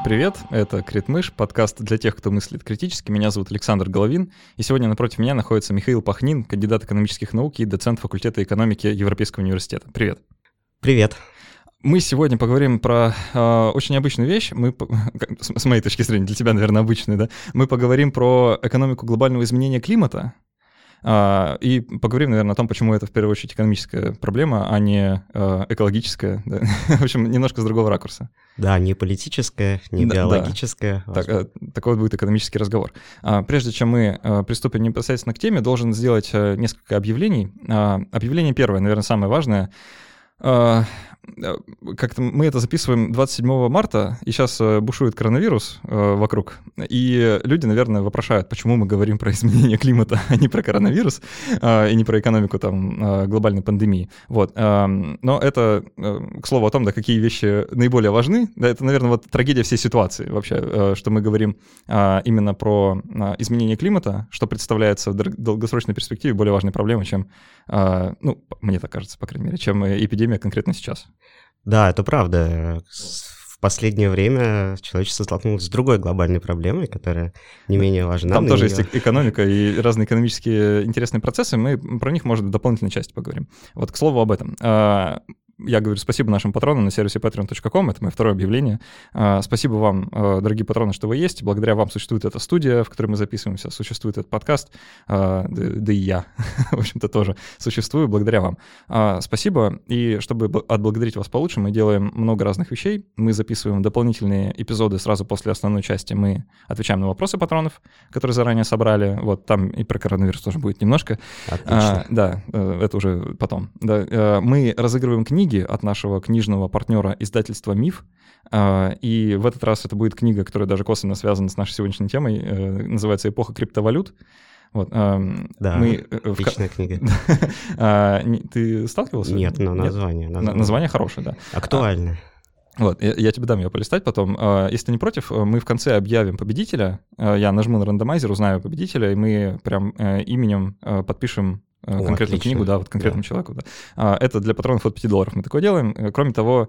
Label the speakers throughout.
Speaker 1: привет! Это Критмыш, подкаст для тех, кто мыслит критически. Меня зовут Александр Головин, и сегодня напротив меня находится Михаил Пахнин, кандидат экономических наук и доцент факультета экономики Европейского университета. Привет!
Speaker 2: Привет!
Speaker 1: Мы сегодня поговорим про очень необычную вещь. С моей точки зрения, для тебя, наверное, обычную, да? Мы поговорим про экономику глобального изменения климата. И поговорим, наверное, о том, почему это в первую очередь экономическая проблема, а не экологическая. Да? В общем, немножко с другого ракурса.
Speaker 2: Да, не политическая, не биологическая.
Speaker 1: Да. Такой вот будет экономический разговор. Прежде чем мы приступим непосредственно к теме, должен сделать несколько объявлений. Объявление первое, наверное, самое важное. Как-то мы это записываем 27 марта, и сейчас бушует коронавирус вокруг, и люди, наверное, вопрошают, почему мы говорим про изменение климата, а не про коронавирус, и не про экономику там глобальной пандемии. Вот. Но это, к слову о том, да, какие вещи наиболее важны. Да, это, наверное, вот трагедия всей ситуации вообще, что мы говорим именно про изменение климата, что представляется в долгосрочной перспективе более важной проблемой, чем, ну, мне так кажется, по крайней мере, чем эпидемия конкретно сейчас.
Speaker 2: Да, это правда. В последнее время человечество столкнулось с другой глобальной проблемой, которая не менее важна.
Speaker 1: Там тоже есть экономика и разные экономические интересные процессы. Мы про них, может, в дополнительной части поговорим. Вот, к слову об этом. Я говорю спасибо нашим патронам на сервисе patreon.com, это мое второе объявление. Спасибо вам, дорогие патроны, что вы есть. Благодаря вам существует эта студия, в которой мы записываемся, существует этот подкаст, да и я, в общем-то, тоже существую благодаря вам. Спасибо, и чтобы отблагодарить вас получше, мы делаем много разных вещей. Мы записываем дополнительные эпизоды сразу после основной части, мы отвечаем на вопросы патронов, которые заранее собрали. Вот там и про коронавирус тоже будет немножко.
Speaker 2: Отлично.
Speaker 1: Да, это уже потом. Да, мы разыгрываем книги от нашего книжного партнера издательства «Миф». И в этот раз это будет книга, которая даже косвенно связана с нашей сегодняшней темой. Называется «Эпоха криптовалют». Вот,
Speaker 2: да, отличная книга.
Speaker 1: Ты сталкивался?
Speaker 2: Нет, но название.
Speaker 1: Название хорошее, да.
Speaker 2: Актуальное.
Speaker 1: Вот, я тебе дам ее полистать потом. Если ты не против, мы в конце объявим победителя. Я нажму на рандомайзер, узнаю победителя, и мы прям именем подпишем конкретную книгу, да, вот конкретному человеку. Да. Это для патронов от $5 мы такое делаем. Кроме того,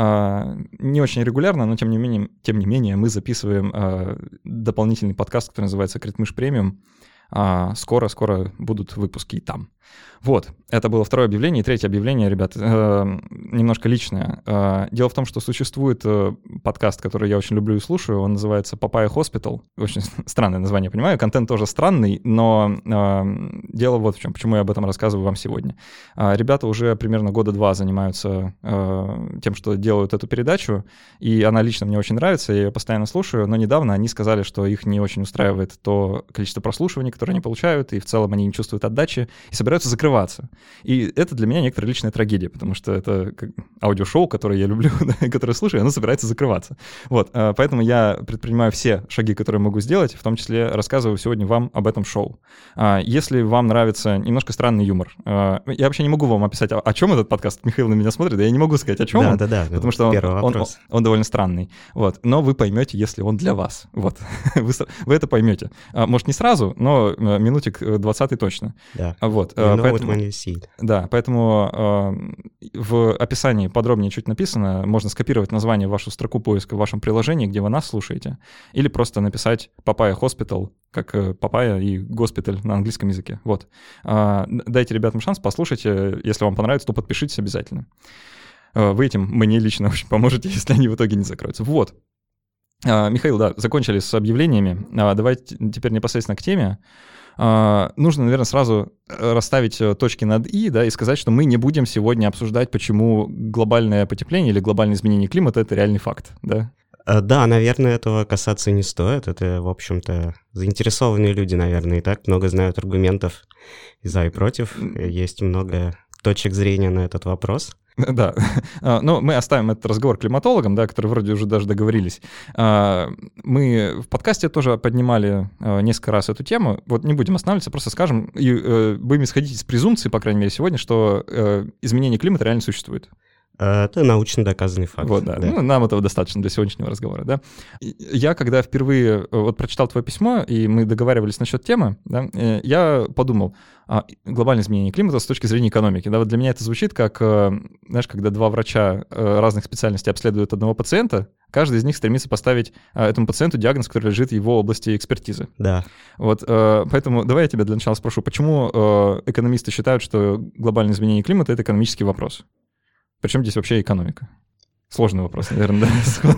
Speaker 1: не очень регулярно, но тем не менее мы записываем дополнительный подкаст, который называется «Критмыш премиум». Скоро будут выпуски и там. Вот, это было второе объявление. И третье объявление, ребят, немножко личное. Дело в том, что существует подкаст, который я очень люблю и слушаю. Он называется Papaya Hospital. Очень странное название, понимаю. Контент тоже странный, но дело вот в чем. Почему я об этом рассказываю вам сегодня. Ребята уже примерно 2 года занимаются тем, что делают эту передачу, и она лично мне очень нравится, я ее постоянно слушаю, но недавно они сказали, что их не очень устраивает то количество прослушиваний, которые они получают, и в целом они не чувствуют отдачи, и собираются закрываться. И это для меня некоторая личная трагедия, потому что это аудиошоу, которое я люблю, да, и которое слушаю, оно собирается закрываться. Вот, поэтому я предпринимаю все шаги, которые могу сделать, в том числе рассказываю сегодня вам об этом шоу. Если вам нравится немножко странный юмор, я вообще не могу вам описать, о чем этот подкаст. Михаил на меня смотрит, я не могу сказать, о чем он, потому что он довольно странный. Вот, но вы поймете, если он для вас. Вот, вы это поймете. Может, не сразу, но минутик 20 точно.
Speaker 2: Да.
Speaker 1: Вот, поэтому в описании подробнее чуть написано, можно скопировать название в вашу строку поиска в вашем приложении, где вы нас слушаете, или просто написать Papaya Hospital, как Papaya и госпиталь на английском языке. Вот. Дайте ребятам шанс, послушайте, если вам понравится, то подпишитесь обязательно. Вы этим мне лично очень поможете, если они в итоге не закроются. Вот. Михаил, да, закончили с объявлениями. Давайте теперь непосредственно к теме. Нужно, наверное, сразу расставить точки над «и», да, и сказать, что мы не будем сегодня обсуждать, почему глобальное потепление или глобальное изменение климата — это реальный факт, да?
Speaker 2: Да, наверное, этого касаться не стоит. Это, в общем-то, заинтересованные люди, наверное, и так много знают аргументов и за, и против. Есть много точек зрения на этот вопрос.
Speaker 1: Да, но мы оставим этот разговор климатологам, да, которые вроде уже даже договорились. Мы в подкасте тоже поднимали несколько раз эту тему. Вот не будем останавливаться, просто скажем, и будем исходить из презумпции, по крайней мере, сегодня, что изменение климата реально существует.
Speaker 2: Это научно доказанный факт.
Speaker 1: Вот, да. Ну, нам этого достаточно для сегодняшнего разговора, да. Я, когда впервые вот прочитал твое письмо, и мы договаривались насчет темы, да, я подумал, глобальное изменение климата с точки зрения экономики. Да, вот для меня это звучит как, знаешь, когда два врача разных специальностей обследуют одного пациента, каждый из них стремится поставить этому пациенту диагноз, который лежит в его области экспертизы.
Speaker 2: Да.
Speaker 1: Вот, поэтому давай я тебя для начала спрошу, почему экономисты считают, что глобальное изменение климата — это экономический вопрос? Причем здесь вообще экономика? Сложный вопрос, наверное,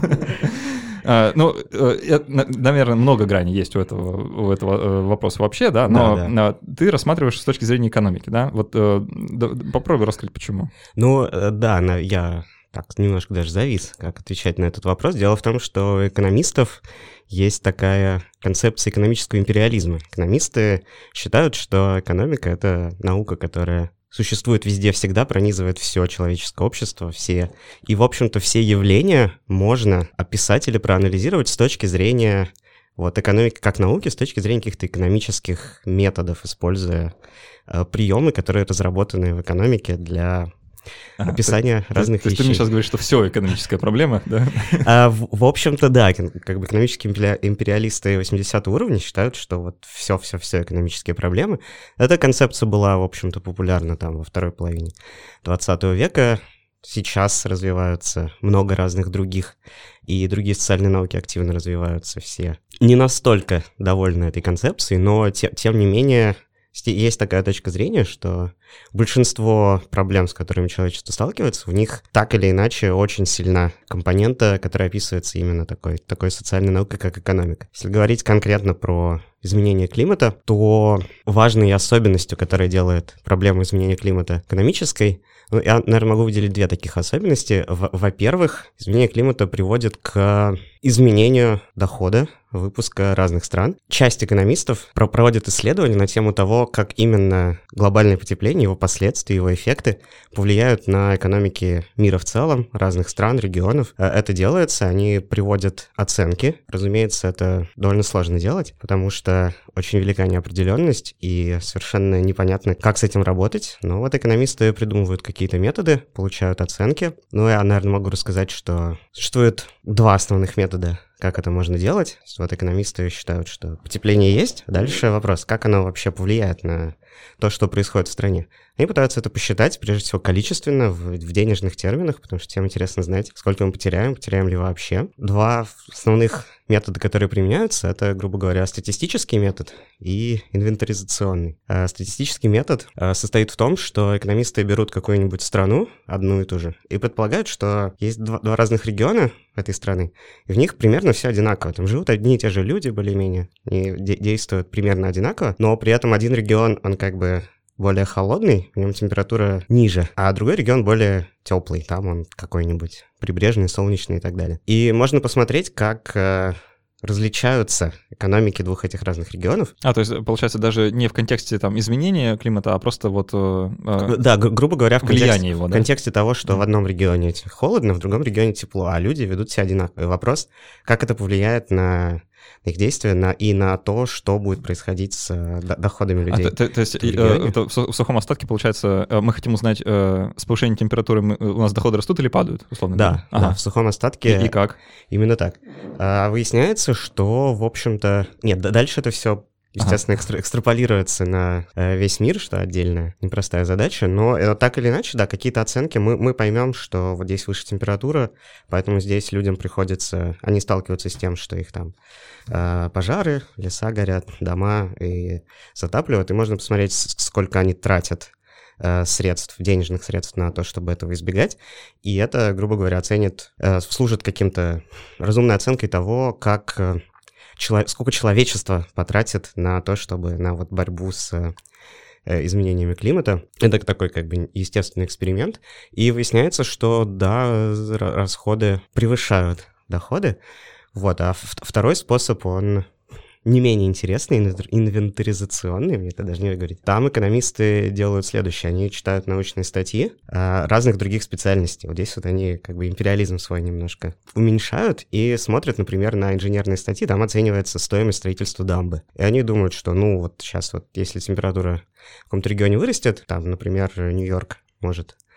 Speaker 1: да? Ну, наверное, много граней есть у этого вопроса вообще, да, но ты рассматриваешь с точки зрения экономики, да? Вот попробуй рассказать, почему.
Speaker 2: Ну, да, я так немножко даже завис, как отвечать на этот вопрос. Дело в том, что у экономистов есть такая концепция экономического империализма. Экономисты считают, что экономика — это наука, которая существует везде, всегда, пронизывает все человеческое общество, все. И, в общем-то, все явления можно описать или проанализировать с точки зрения вот, экономики как науки, с точки зрения каких-то экономических методов, используя приемы, которые разработаны в экономике для описания разных вещей.
Speaker 1: То есть ты мне сейчас говоришь, что все экономическая проблема, да?
Speaker 2: В общем-то, да. Как бы экономические империалисты 80-го уровня считают, что вот все экономические проблемы. Эта концепция была, в общем-то, популярна там во второй половине 20 века. Сейчас развиваются много разных других, и другие социальные науки активно развиваются все. Не настолько довольны этой концепцией, но тем не менее есть такая точка зрения, что большинство проблем, с которыми человечество сталкивается, в них так или иначе очень сильна компонента, которая описывается именно такой социальной наукой, как экономика. Если говорить конкретно про изменение климата, то важной особенностью, которая делает проблему изменения климата экономической, ну, я, наверное, могу выделить две таких особенности. Во-первых, изменение климата приводит к изменению дохода выпуска разных стран. Часть экономистов проводит исследования на тему того, как именно глобальное потепление, его последствия, его эффекты повлияют на экономики мира в целом, разных стран, регионов. Это делается, они приводят оценки. Разумеется, это довольно сложно делать, потому что очень велика неопределенность и совершенно непонятно, как с этим работать. Но вот экономисты придумывают какие-то методы, получают оценки. Ну, я, наверное, могу рассказать, что существует два основных метода, как это можно делать. Вот экономисты считают, что потепление есть. Дальше вопрос, как оно вообще повлияет на то, что происходит в стране. Они пытаются это посчитать, прежде всего, количественно, в денежных терминах, потому что всем интересно знать, сколько мы потеряем ли вообще. Два основных метода, которые применяются, это, грубо говоря, статистический метод и инвентаризационный. Статистический метод состоит в том, что экономисты берут какую-нибудь страну, одну и ту же, и предполагают, что есть два разных региона этой страны, и в них примерно все одинаково. Там живут одни и те же люди, более-менее, и действуют примерно одинаково, но при этом один регион, он как бы более холодный, в нем температура ниже, а другой регион более теплый, там он какой-нибудь прибрежный, солнечный и так далее. И можно посмотреть, как различаются экономики двух этих разных регионов.
Speaker 1: То есть, получается, даже не в контексте там изменения климата, а просто вот...
Speaker 2: да, грубо говоря, в
Speaker 1: контексте
Speaker 2: того, что в одном регионе холодно, в другом регионе тепло, а люди ведут себя одинаково. И вопрос, как это повлияет на их действия и на то, что будет происходить с доходами людей.
Speaker 1: То есть в сухом остатке, получается, мы хотим узнать, с повышением температуры у нас доходы растут или падают, условно говоря?
Speaker 2: Да, в сухом остатке.
Speaker 1: И как?
Speaker 2: Именно так. Выясняется, что, в общем-то... Нет, дальше это все, естественно, экстраполируется на весь мир, что отдельная непростая задача, но так или иначе, да, какие-то оценки мы поймем, что вот здесь выше температура, поэтому здесь людям приходится... Они сталкиваются с тем, что их там пожары, леса горят, дома и затапливают, и можно посмотреть, сколько они тратят денежных средств на то, чтобы этого избегать, и это, грубо говоря, служит каким-то разумной оценкой того, сколько человечество потратит на то, чтобы на вот борьбу с изменениями климата. Это такой как бы естественный эксперимент, и выясняется, что да, расходы превышают доходы. Вот, а второй способ, он не менее интересный, инвентаризационный, мне это даже не говорить. Там экономисты делают следующее. Они читают научные статьи разных других специальностей. Вот здесь вот они как бы империализм свой немножко уменьшают и смотрят, например, на инженерные статьи. Там оценивается стоимость строительства дамбы. И они думают, что, вот сейчас вот, если температура в каком-то регионе вырастет, там, например, Нью-Йорк может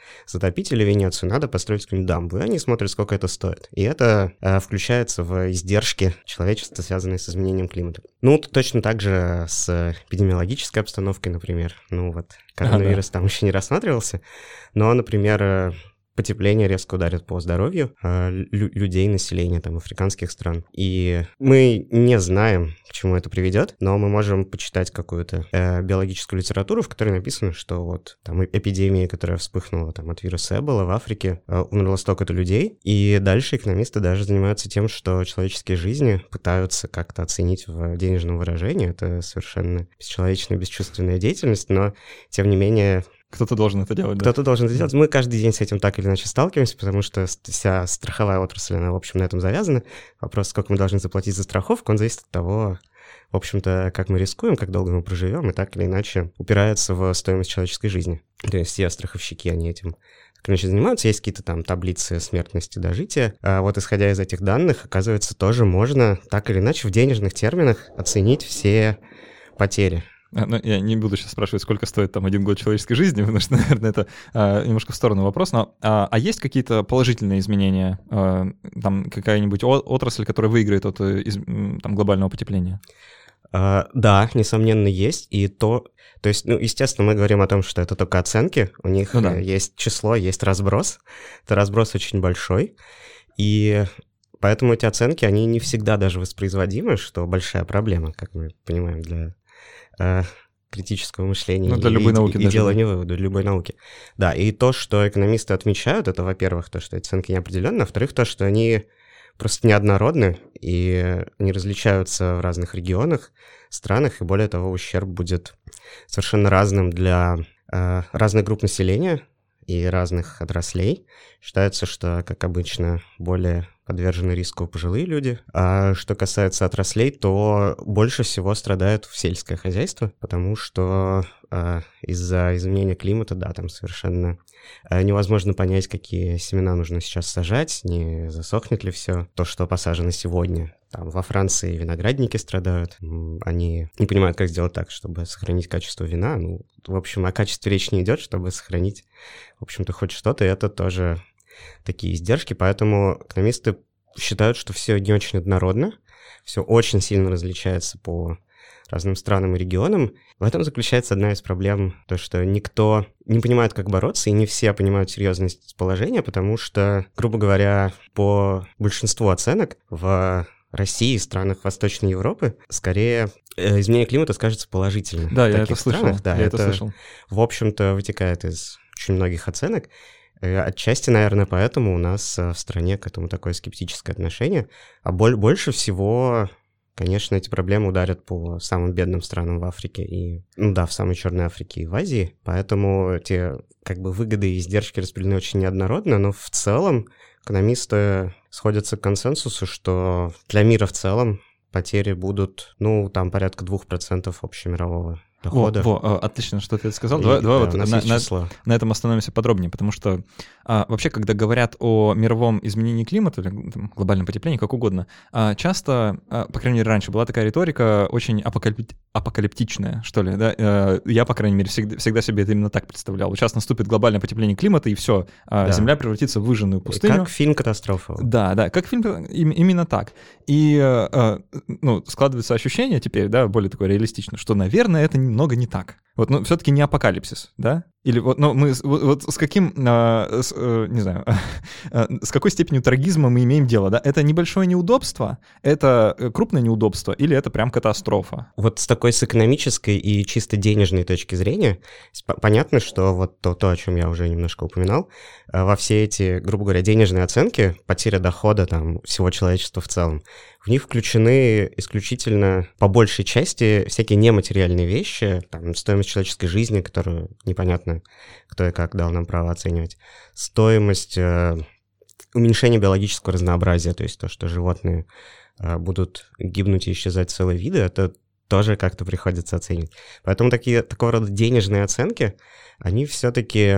Speaker 2: затопить или Венецию, надо построить какую-нибудь дамбу. И они смотрят, сколько это стоит. И это включается в издержки человечества, связанные с изменением климата. Ну, точно так же с эпидемиологической обстановкой, например. Ну вот, коронавирус там еще не рассматривался. Но, например, потепление резко ударит по здоровью людей, населения там, африканских стран. И мы не знаем, к чему это приведет, но мы можем почитать какую-то биологическую литературу, в которой написано, что вот там эпидемия, которая вспыхнула там, от вируса Эбола в Африке, умерло столько-то людей. И дальше экономисты даже занимаются тем, что человеческие жизни пытаются как-то оценить в денежном выражении. Это совершенно бесчеловечная, бесчувственная деятельность, но тем не менее...
Speaker 1: Кто-то должен это делать.
Speaker 2: Кто-то должен это делать. Мы каждый день с этим так или иначе сталкиваемся, потому что вся страховая отрасль, она, в общем, на этом завязана. Вопрос, сколько мы должны заплатить за страховку, он зависит от того, в общем-то, как мы рискуем, как долго мы проживем, и так или иначе упирается в стоимость человеческой жизни. То есть все страховщики, они этим так или иначе занимаются. Есть какие-то там таблицы смертности дожития. А вот исходя из этих данных, оказывается, тоже можно так или иначе в денежных терминах оценить все потери.
Speaker 1: Ну, я не буду сейчас спрашивать, сколько стоит там 1 год человеческой жизни, потому что, наверное, это немножко в сторону вопрос. Но есть какие-то положительные изменения? Там какая-нибудь отрасль, которая выиграет от там, глобального потепления?
Speaker 2: Да, несомненно, есть. То есть, ну, естественно, мы говорим о том, что это только оценки. У них есть число, есть разброс. Это разброс очень большой. И поэтому эти оценки, они не всегда даже воспроизводимы, что большая проблема, как мы понимаем, для критического мышления
Speaker 1: для любой науки,
Speaker 2: и делания выводов, для любой науки. Да, и то, что экономисты отмечают, это, во-первых, то, что эти оценки неопределенны, а во-вторых, то, что они просто неоднородны, и они различаются в разных регионах, странах, и более того, ущерб будет совершенно разным для разных групп населения и разных отраслей. Считается, что, как обычно, более подвержены риску пожилые люди. А что касается отраслей, то больше всего страдает сельское хозяйство, потому что из-за изменения климата, да, там совершенно невозможно понять, какие семена нужно сейчас сажать, не засохнет ли все то, что посажено сегодня. Там во Франции виноградники страдают, они не понимают, как сделать так, чтобы сохранить качество вина. Ну, в общем, о качестве речь не идет, чтобы сохранить, в общем-то, хоть что-то, и это тоже такие издержки, поэтому экономисты считают, что все не очень однородно, все очень сильно различается по разным странам и регионам. В этом заключается одна из проблем, то, что никто не понимает, как бороться, и не все понимают серьезность положения, потому что, грубо говоря, по большинству оценок в России и странах Восточной Европы скорее изменение климата скажется положительно.
Speaker 1: Да, я это слышал.
Speaker 2: Да, это слышал. В общем-то, вытекает из очень многих оценок. Отчасти, наверное, поэтому у нас в стране к этому такое скептическое отношение. А больше всего, конечно, эти проблемы ударят по самым бедным странам в Африке и, ну да, в самой Черной Африке и в Азии. Поэтому те как бы выгоды и издержки распределены очень неоднородно, но в целом экономисты сходятся к консенсусу, что для мира в целом потери будут, ну, там порядка 2% общемирового дохода.
Speaker 1: Отлично, что ты это сказал. Давай вот на этом остановимся подробнее, потому что вообще, когда говорят о мировом изменении климата или там, глобальном потеплении, как угодно, часто, по крайней мере, раньше была такая риторика очень апокалиптичная, что ли, да? Я, по крайней мере, всегда себе это именно так представлял. Вот сейчас наступит глобальное потепление климата, и все, Земля превратится в выжженную пустыню.
Speaker 2: Как фильм «Катастрофа».
Speaker 1: Да, как фильм именно так. И складывается ощущение теперь, да, более такое реалистично, что, наверное, это немного не так. Вот, но все-таки не апокалипсис, да? Или вот, ну, мы вот с каким, не знаю, с какой степенью трагизма мы имеем дело, да? Это небольшое неудобство, это крупное неудобство или это прям катастрофа?
Speaker 2: Вот с такой с экономической и чисто денежной точки зрения понятно, что вот то, о чем я уже немножко упоминал, во все эти, грубо говоря, денежные оценки, потеря дохода там всего человечества в целом, в них включены исключительно по большей части всякие нематериальные вещи, там, стоимость человеческой жизни, которую непонятно, кто и как дал нам право оценивать, стоимость уменьшения биологического разнообразия, то есть то, что животные будут гибнуть и исчезать целые виды, это тоже как-то приходится оценивать. Поэтому такого рода денежные оценки, они все-таки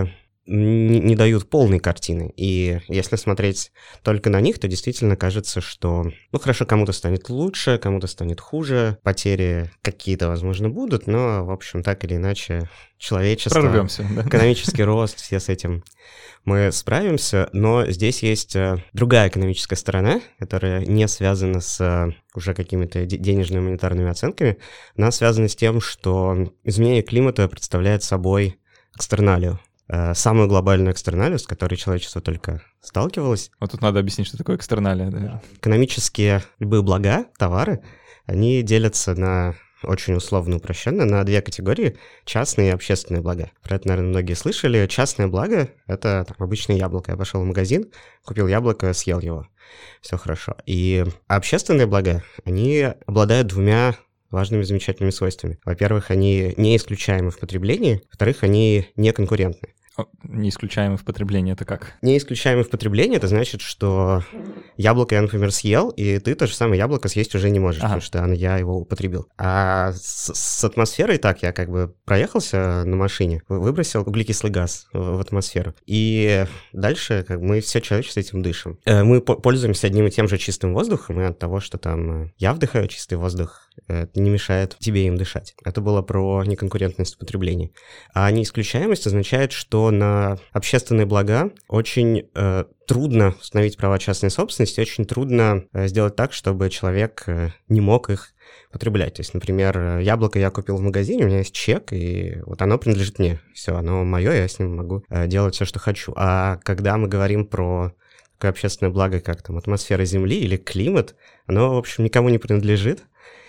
Speaker 2: не дают полной картины. И если смотреть только на них, то действительно кажется, что, хорошо, кому-то станет лучше, кому-то станет хуже, потери какие-то, возможно, будут, но, в общем, так или иначе, человечество,
Speaker 1: прорвемся, да?
Speaker 2: Экономический рост, все с этим мы справимся, но здесь есть другая экономическая сторона, которая не связана с уже какими-то денежными монетарными оценками, она связана с тем, что изменение климата представляет собой экстерналию. Самую глобальную экстерналию, с которой человечество только сталкивалось.
Speaker 1: Вот тут надо объяснить, что такое экстерналия. Да?
Speaker 2: Экономические любые блага, товары, они делятся на, очень условно упрощенно, на две категории – частные и общественные блага. Про это, наверное, многие слышали. Частное благо – это обычное яблоко. Я пошел в магазин, купил яблоко, съел его. Все хорошо. И общественные блага, они обладают двумя важными замечательными свойствами. Во-первых, они не исключаемы в потреблении, во-вторых, они не конкурентны.
Speaker 1: Не исключаемы в потреблении — это как?
Speaker 2: Не исключаемы в потреблении — это значит, что яблоко я, например, съел, и ты то же самое яблоко съесть уже не можешь, потому что я его употребил. А с атмосферой так, я как бы проехался на машине, выбросил углекислый газ в атмосферу, и дальше как бы мы все человечество этим дышим. Мы пользуемся одним и тем же чистым воздухом, и от того, что там я вдыхаю чистый воздух, это не мешает тебе им дышать. Это было про неконкурентность потребления. А неисключаемость означает, что на общественные блага очень трудно установить права частной собственности, очень трудно сделать так, чтобы человек не мог их потреблять. То есть, например, яблоко я купил в магазине, у меня есть чек, и вот оно принадлежит мне. Все, оно мое, я с ним могу делать все, что хочу. А когда мы говорим про такое общественное благо, как там атмосфера Земли или климат, оно, в общем, никому не принадлежит.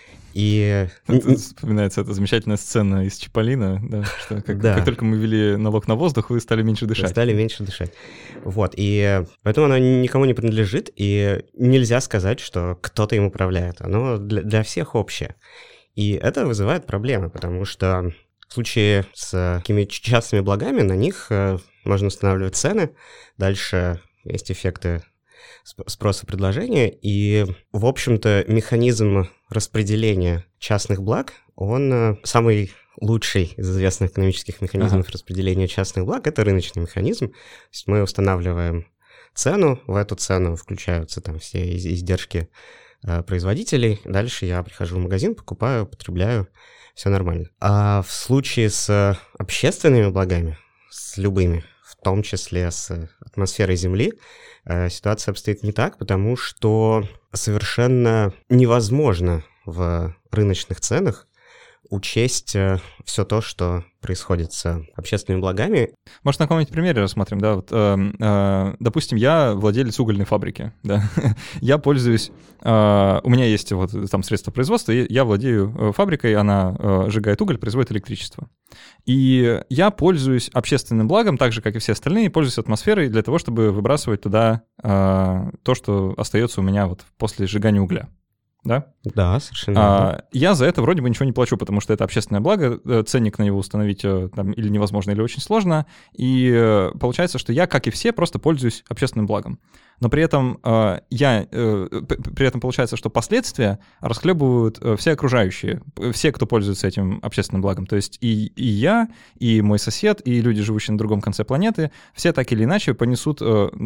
Speaker 2: И
Speaker 1: вспоминается эта замечательная сцена из Чиполлино, да, что как только мы ввели налог на воздух, вы стали меньше дышать.
Speaker 2: Стали меньше дышать. Вот, и поэтому оно никому не принадлежит, и нельзя сказать, что кто-то им управляет. Оно для всех общее. И это вызывает проблемы, потому что в случае с какими-то частными благами на них можно устанавливать цены, дальше есть эффекты спроса и предложения, и, в общем-то, механизм распределения частных благ, он самый лучший из известных экономических механизмов распределения частных благ, это рыночный механизм. То есть мы устанавливаем цену, в эту цену включаются там все издержки производителей, дальше я прихожу в магазин, покупаю, потребляю, все нормально. А в случае с общественными благами, с любыми, в том числе с атмосферой Земли, ситуация обстоит не так, потому что совершенно невозможно в рыночных ценах учесть все то, что происходит с общественными благами.
Speaker 1: Может, на каком-нибудь примере рассмотрим, да? Вот, допустим, я владелец угольной фабрики, да? Я пользуюсь... у меня есть вот там средства производства, и я владею фабрикой, она сжигает уголь, производит электричество. И я пользуюсь общественным благом, так же, как и все остальные, пользуюсь атмосферой для того, чтобы выбрасывать туда то, что остается у меня вот после сжигания угля. Да?
Speaker 2: Да, совершенно.
Speaker 1: Я за это вроде бы ничего не плачу, потому что это общественное благо, ценник на него установить там, или невозможно, или очень сложно, и получается, что я, как и все, просто пользуюсь общественным благом. Но при этом получается, что последствия расхлебывают все окружающие, все, кто пользуется этим общественным благом. То есть и я, и мой сосед, и люди, живущие на другом конце планеты, все так или иначе понесут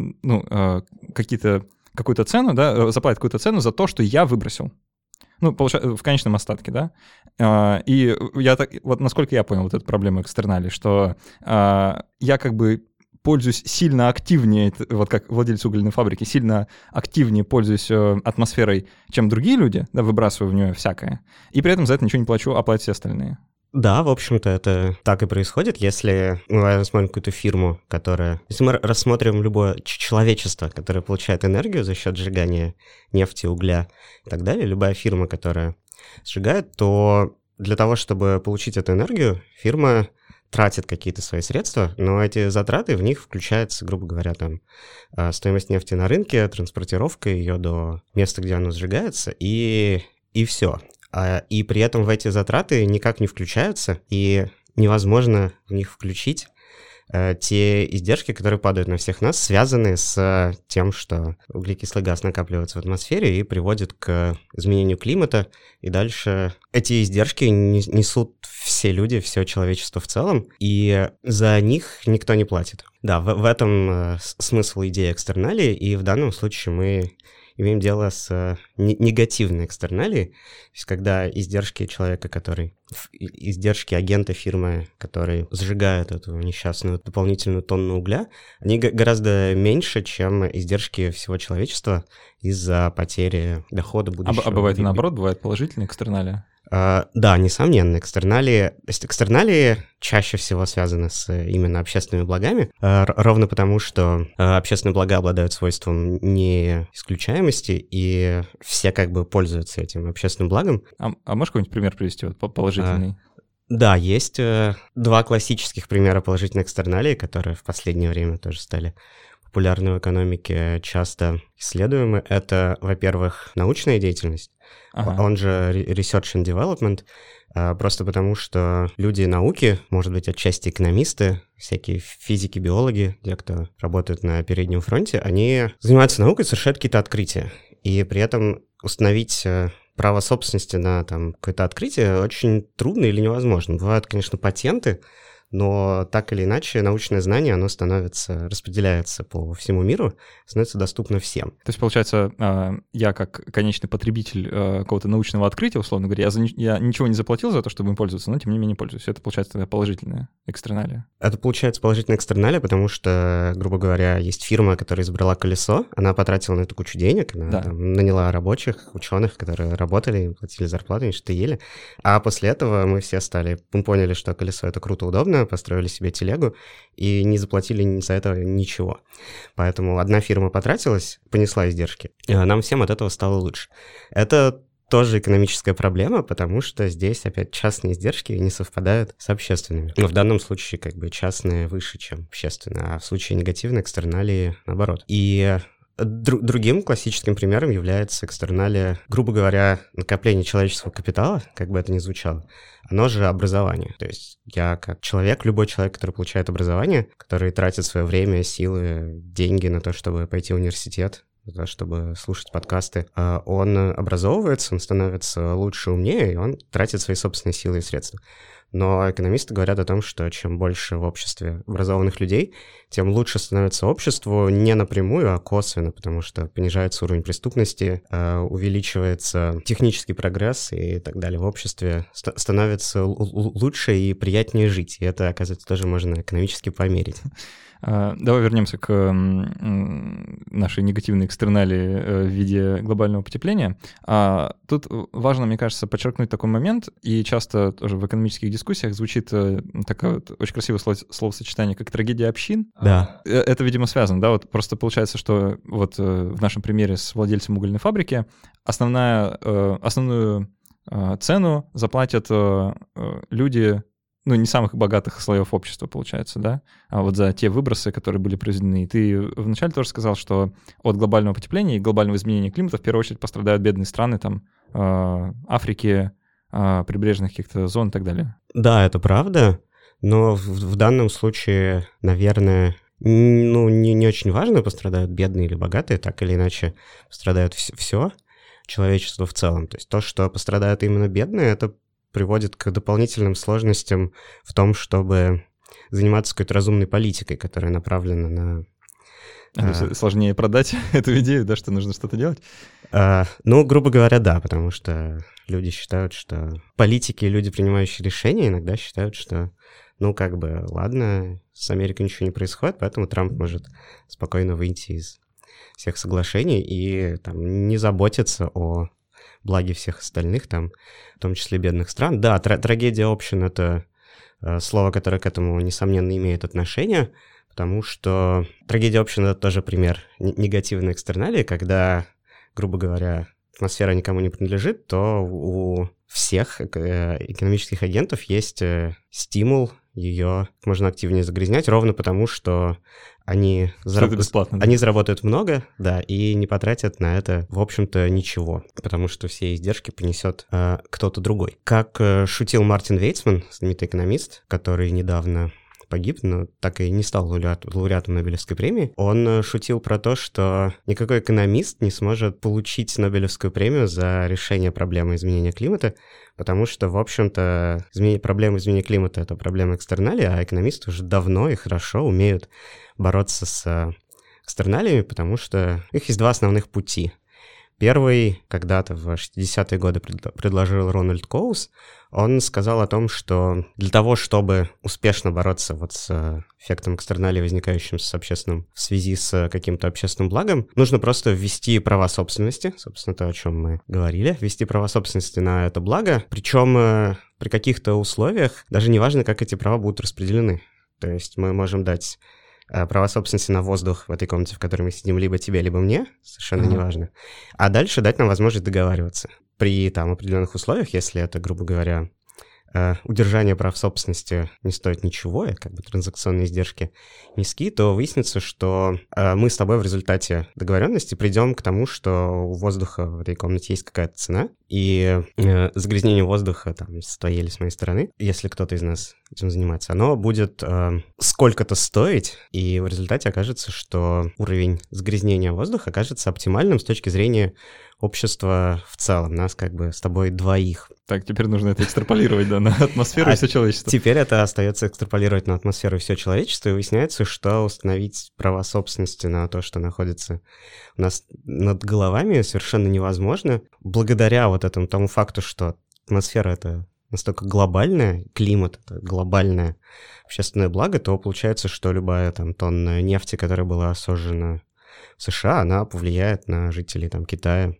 Speaker 1: какую-то цену, да, заплатят какую-то цену за то, что я выбросил. Ну, в конечном остатке, да. И вот насколько я понял вот эту проблему экстерналей, что я как бы пользуюсь сильно активнее, вот как владелец угольной фабрики, сильно активнее пользуюсь атмосферой, чем другие люди, да, выбрасываю в нее всякое, и при этом за это ничего не плачу, а платят все остальные.
Speaker 2: Да, в общем-то, это так и происходит, если мы рассмотрим какую-то фирму, если мы рассмотрим любое человечество, которое получает энергию за счет сжигания нефти, угля и так далее, любая фирма, которая сжигает, то для того, чтобы получить эту энергию, фирма тратит какие-то свои средства, но эти затраты, в них включается, грубо говоря, там стоимость нефти на рынке, транспортировка ее до места, где она сжигается, и все. И при этом в эти затраты никак не включаются, и невозможно в них включить те издержки, которые падают на всех нас, связаны с тем, что углекислый газ накапливается в атмосфере и приводит к изменению климата, и дальше эти издержки несут все люди, все человечество в целом, и за них никто не платит. Да, в этом смысл идеи экстерналии, и в данном случае мы имеем дело с негативной экстерналией, то есть когда издержки человека, издержки агента фирмы, который сжигает эту несчастную дополнительную тонну угля, они гораздо меньше, чем издержки всего человечества из-за потери дохода будущего.
Speaker 1: А бывает и наоборот, бывает положительная экстерналия?
Speaker 2: Да, несомненно, экстерналии чаще всего связаны с именно общественными благами, ровно потому, что общественные блага обладают свойством неисключаемости, и все как бы пользуются этим общественным благом.
Speaker 1: А можешь какой-нибудь пример привести, вот положительный?
Speaker 2: Да, есть два классических примера положительной экстерналии, которые в последнее время тоже стали популярны в экономике, часто исследуемы. Это, во-первых, научная деятельность, он же Research and Development, просто потому что люди науки, может быть, отчасти экономисты, всякие физики, биологи, те, кто работают на переднем фронте, они занимаются наукой, совершают какие-то открытия. И при этом установить право собственности на какое-то открытие очень трудно или невозможно. Бывают, конечно, патенты, но так или иначе научное знание, оно распределяется по всему миру, становится доступно всем.
Speaker 1: То есть, получается, я как конечный потребитель какого-то научного открытия, условно говоря, я ничего не заплатил за то, чтобы им пользоваться, но тем не менее пользуюсь. Это, получается, положительная экстерналия.
Speaker 2: Это, получается, положительная экстерналия, потому что, грубо говоря, есть фирма, которая изобрела колесо, она потратила на это кучу денег, она наняла рабочих, ученых, которые работали, им платили зарплату, они что-то ели, а после этого мы поняли, что колесо — это круто, удобно, построили себе телегу и не заплатили за это ничего. Поэтому одна фирма потратилась, понесла издержки, и нам всем от этого стало лучше. Это тоже экономическая проблема, потому что здесь опять частные издержки не совпадают с общественными. Но в данном случае как бы частные выше, чем общественные, а в случае негативной экстерналии наоборот. И другим классическим примером является экстерналия, грубо говоря, накопление человеческого капитала, как бы это ни звучало, оно же образование. То есть я как человек, любой человек, который получает образование, который тратит свое время, силы, деньги на то, чтобы пойти в университет, на то, чтобы слушать подкасты, он образовывается, он становится лучше, умнее, и он тратит свои собственные силы и средства. Но экономисты говорят о том, что чем больше в обществе образованных людей, тем лучше становится обществу не напрямую, а косвенно, потому что понижается уровень преступности, увеличивается технический прогресс и так далее. В обществе становится лучше и приятнее жить. И это, оказывается, тоже можно экономически померить.
Speaker 1: Давай вернемся к нашей негативной экстерналии в виде глобального потепления. Тут важно, мне кажется, подчеркнуть такой момент, и часто тоже в экономических дискуссиях звучит такое вот очень красивое словосочетание, как трагедия общин.
Speaker 2: Да.
Speaker 1: Это, видимо, связано, да, вот просто получается, что вот в нашем примере с владельцем угольной фабрики основную цену заплатят люди, не самых богатых слоев общества, получается, да, а вот за те выбросы, которые были произведены. И ты вначале тоже сказал, что от глобального потепления и глобального изменения климата в первую очередь пострадают бедные страны, Африки, прибрежных каких-то зон и так далее.
Speaker 2: Да, это правда, но в данном случае, наверное, не очень важно, пострадают бедные или богатые, так или иначе пострадает все человечество в целом. То есть то, что пострадают именно бедные, это приводит к дополнительным сложностям в том, чтобы заниматься какой-то разумной политикой, которая направлена на...
Speaker 1: Сложнее продать эту идею, да, что нужно что-то делать?
Speaker 2: Грубо говоря, да, потому что люди считают, что политики и люди, принимающие решения, иногда считают, что, ладно, с Америкой ничего не происходит, поэтому Трамп может спокойно выйти из всех соглашений и не заботиться о благе всех остальных, в том числе бедных стран. Да, трагедия общин — это слово, которое к этому, несомненно, имеет отношение, потому что трагедия общин — это тоже пример негативной экстерналии, когда, грубо говоря, атмосфера никому не принадлежит, то у всех экономических агентов есть стимул ее можно активнее загрязнять, ровно потому, что они заработают много, да, и не потратят на это, в общем-то, ничего, потому что все издержки понесет кто-то другой. Как шутил Мартин Вейцман, знаменитый экономист, который недавно погиб, но так и не стал лауреатом Нобелевской премии. Он шутил про то, что никакой экономист не сможет получить Нобелевскую премию за решение проблемы изменения климата, потому что, в общем-то, проблема изменения климата — это проблема экстерналии, а экономисты уже давно и хорошо умеют бороться с экстерналиями, потому что их есть два основных пути. Первый когда-то в 60-е годы предложил Рональд Коус. Он сказал о том, что для того, чтобы успешно бороться вот с эффектом экстерналии, возникающим в связи с каким-то общественным благом, нужно просто ввести права собственности, собственно, то, о чем мы говорили, ввести права собственности на это благо, причем при каких-то условиях, даже не важно, как эти права будут распределены. То есть мы можем дать права собственности на воздух в этой комнате, в которой мы сидим, либо тебе, либо мне, совершенно неважно. А дальше дать нам возможность договариваться при определенных условиях, если это, грубо говоря, удержание прав собственности не стоит ничего, и транзакционные издержки низки, то выяснится, что мы с тобой в результате договоренности придем к тому, что у воздуха в этой комнате есть какая-то цена, и загрязнение воздуха с твоей или с моей стороны, если кто-то из нас этим занимается, оно будет сколько-то стоить, и в результате окажется, что уровень загрязнения воздуха окажется оптимальным с точки зрения общества в целом, нас с тобой двоих.
Speaker 1: Так, теперь нужно это экстраполировать, на атмосферу и все человечество.
Speaker 2: Теперь это остается экстраполировать на атмосферу и все человечество, и выясняется, что установить права собственности на то, что находится у нас над головами, совершенно невозможно. Благодаря тому факту, что атмосфера — это настолько глобальная, климат — это глобальное общественное благо, то получается, что любая тонна нефти, которая была сожжена в США, она повлияет на жителей Китая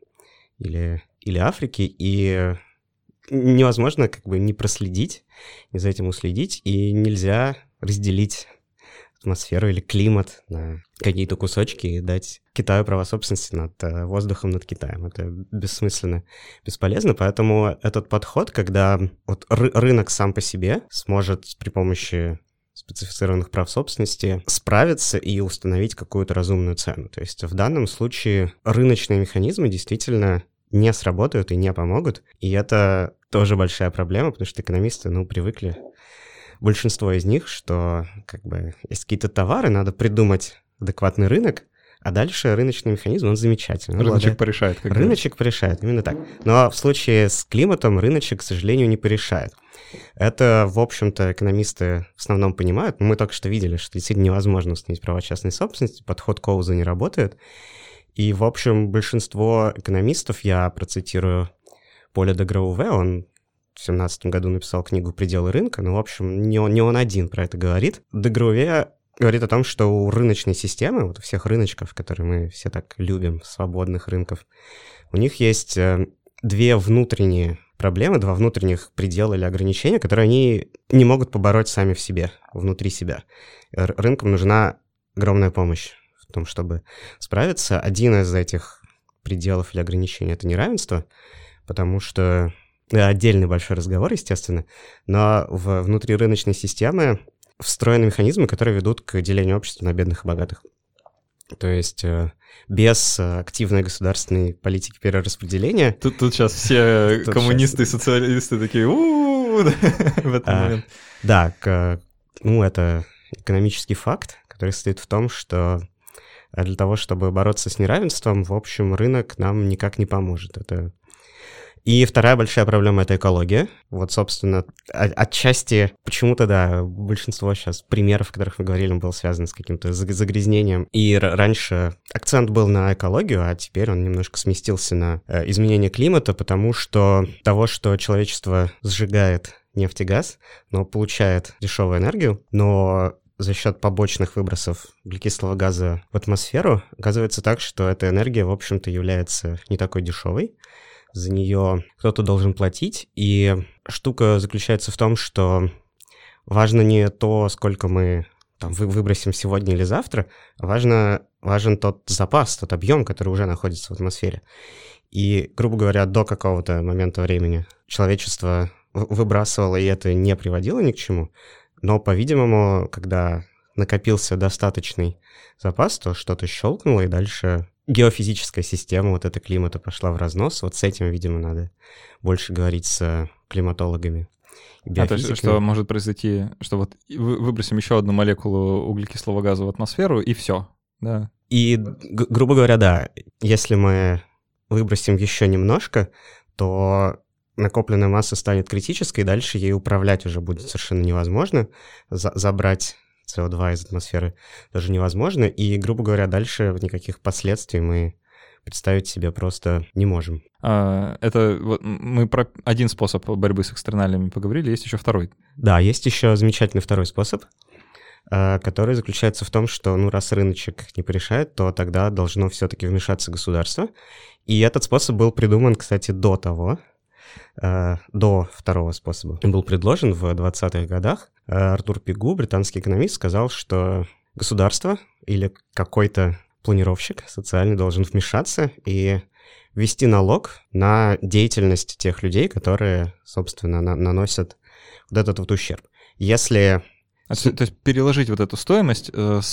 Speaker 2: или Африки, и невозможно не проследить, не за этим уследить, и нельзя разделить атмосферу или климат на какие-то кусочки и дать Китаю права собственности над воздухом над Китаем. Это бессмысленно, бесполезно, поэтому этот подход, когда рынок сам по себе сможет при помощи специфицированных прав собственности справиться и установить какую-то разумную цену. То есть в данном случае рыночные механизмы действительно не сработают и не помогут, и это тоже большая проблема, потому что экономисты, привыкли, большинство из них, что есть какие-то товары, надо придумать адекватный рынок, а дальше рыночный механизм, он замечательный.
Speaker 1: Рыночек порешает.
Speaker 2: Рыночек порешает, именно так. Но в случае с климатом рыночек, к сожалению, не порешает. Это, в общем-то, экономисты в основном понимают. Мы только что видели, что действительно невозможно установить права частной собственности, подход Коуза не работает. И, в общем, большинство экономистов, я процитирую Поля де Грауве, он в 2017 году написал книгу «Пределы рынка», но, в общем, не он один про это говорит. Де Грауве говорит о том, что у рыночной системы, у всех рыночков, которые мы все так любим, свободных рынков, у них есть две внутренние проблемы, два внутренних предела или ограничения, которые они не могут побороть сами в себе, внутри себя. Рынкам нужна огромная помощь в том, чтобы справиться. Один из этих пределов или ограничений — это неравенство, потому что отдельный большой разговор, естественно, но внутри рыночной системы встроены механизмы, которые ведут к делению общества на бедных и богатых. То есть без активной государственной политики перераспределения...
Speaker 1: Тут сейчас все коммунисты и социалисты такие в этот момент.
Speaker 2: Да, это экономический факт, который состоит в том, что для того, чтобы бороться с неравенством, в общем, рынок нам никак не поможет. И вторая большая проблема — это экология. Собственно, отчасти почему-то, да, большинство сейчас примеров, о которых мы говорили, было связано с каким-то загрязнением. И раньше акцент был на экологию, а теперь он немножко сместился на изменение климата, потому что того, что человечество сжигает нефть и газ, но получает дешевую энергию, но за счет побочных выбросов углекислого газа в атмосферу оказывается так, что эта энергия, в общем-то, является не такой дешевой. За нее кто-то должен платить, и штука заключается в том, что важно не то, сколько мы выбросим сегодня или завтра, а важен тот запас, тот объем, который уже находится в атмосфере. И, грубо говоря, до какого-то момента времени человечество выбрасывало, и это не приводило ни к чему, но, по-видимому, когда накопился достаточный запас, то что-то щелкнуло, и дальше геофизическая система климата пошла в разнос. С этим, видимо, надо больше говорить с климатологами. биофизиками.
Speaker 1: То есть что может произойти, что вот выбросим еще одну молекулу углекислого газа в атмосферу, и все, да?
Speaker 2: И, грубо говоря, да, если мы выбросим еще немножко, то накопленная масса станет критической, и дальше ей управлять уже будет совершенно невозможно. Забрать СО2 из атмосферы тоже невозможно, и, грубо говоря, дальше никаких последствий мы представить себе просто не можем.
Speaker 1: Это вот мы про один способ борьбы с экстерналиями поговорили, есть еще второй.
Speaker 2: Да, есть еще замечательный второй способ, который заключается в том, что, раз рыночек не порешает, то тогда должно все-таки вмешаться государство. И этот способ был придуман, кстати, до второго способа. Он был предложен в 20-х годах. Артур Пигу, британский экономист, сказал, что государство или какой-то планировщик социальный должен вмешаться и ввести налог на деятельность тех людей, которые, собственно, наносят вот этот вот ущерб. Если...
Speaker 1: То есть переложить вот эту стоимость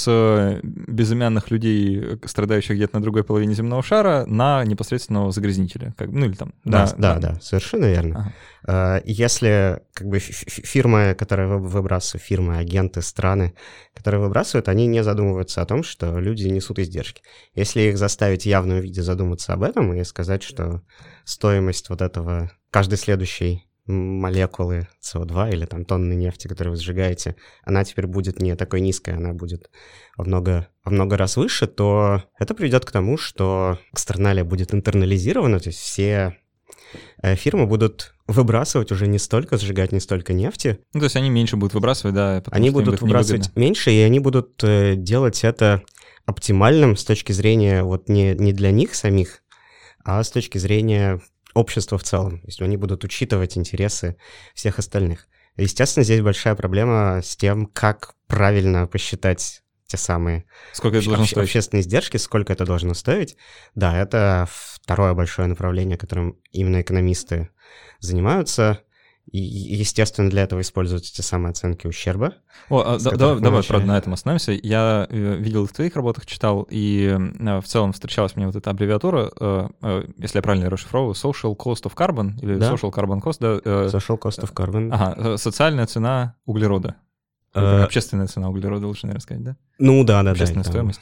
Speaker 1: с безымянных людей, страдающих где-то на другой половине земного шара, на непосредственного загрязнителя. Или там...
Speaker 2: Да, совершенно верно. Ага. Если фирмы, которые выбрасывают, фирмы, агенты, страны, которые выбрасывают, они не задумываются о том, что люди несут издержки. Если их заставить в явном виде задуматься об этом и сказать, что стоимость вот этого каждой следующей молекулы СО2 или там тонны нефти, которые вы сжигаете, она теперь будет не такой низкой, она будет во много раз выше, то это приведет к тому, что экстерналия будет интернализирована, то есть все фирмы будут выбрасывать уже не столько, сжигать не столько нефти.
Speaker 1: То есть они меньше будут выбрасывать, да?
Speaker 2: Они будут выбрасывать меньше, и они будут делать это оптимальным с точки зрения вот не для них самих, а с точки зрения общества в целом. То есть они будут учитывать интересы всех остальных. Естественно, здесь большая проблема с тем, как правильно посчитать те самые общественные издержки, сколько это должно стоить. Да, это второе большое направление, которым именно экономисты занимаются. И, естественно, для этого используются те самые оценки ущерба.
Speaker 1: Давай, правда, на этом остановимся. Я видел в твоих работах, читал, и в целом встречалась мне вот эта аббревиатура, если я правильно расшифровываю, Social Cost of Carbon, или Social Carbon Cost, да?
Speaker 2: Social Cost of Carbon.
Speaker 1: Ага, социальная цена углерода. Общественная цена углерода, лучше, наверное, сказать, да?
Speaker 2: Да.
Speaker 1: Общественная стоимость.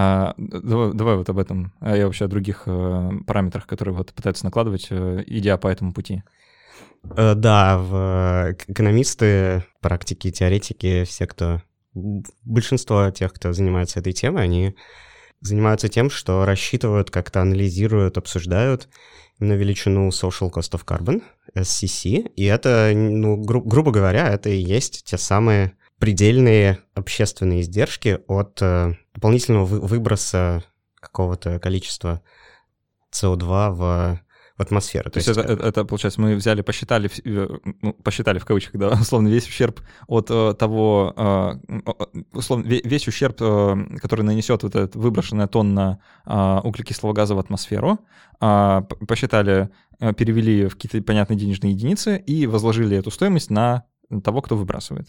Speaker 1: Давай вот об этом, и вообще о других параметрах, которые вот пытаются накладывать, идя по этому пути.
Speaker 2: Да, экономисты, практики, теоретики, большинство тех, кто занимается этой темой, они занимаются тем, что рассчитывают, как-то анализируют, обсуждают именно величину Social Cost of Carbon, SCC, и это, грубо говоря, это и есть те самые предельные общественные издержки от дополнительного выброса какого-то количества СО2 в атмосферу.
Speaker 1: То есть это, получается, мы взяли, посчитали в кавычках, да, условно, весь ущерб от того, условно, весь ущерб, который нанесет вот эта выброшенная тонна углекислого газа в атмосферу, посчитали, перевели в какие-то понятные денежные единицы и возложили эту стоимость на того, кто выбрасывает.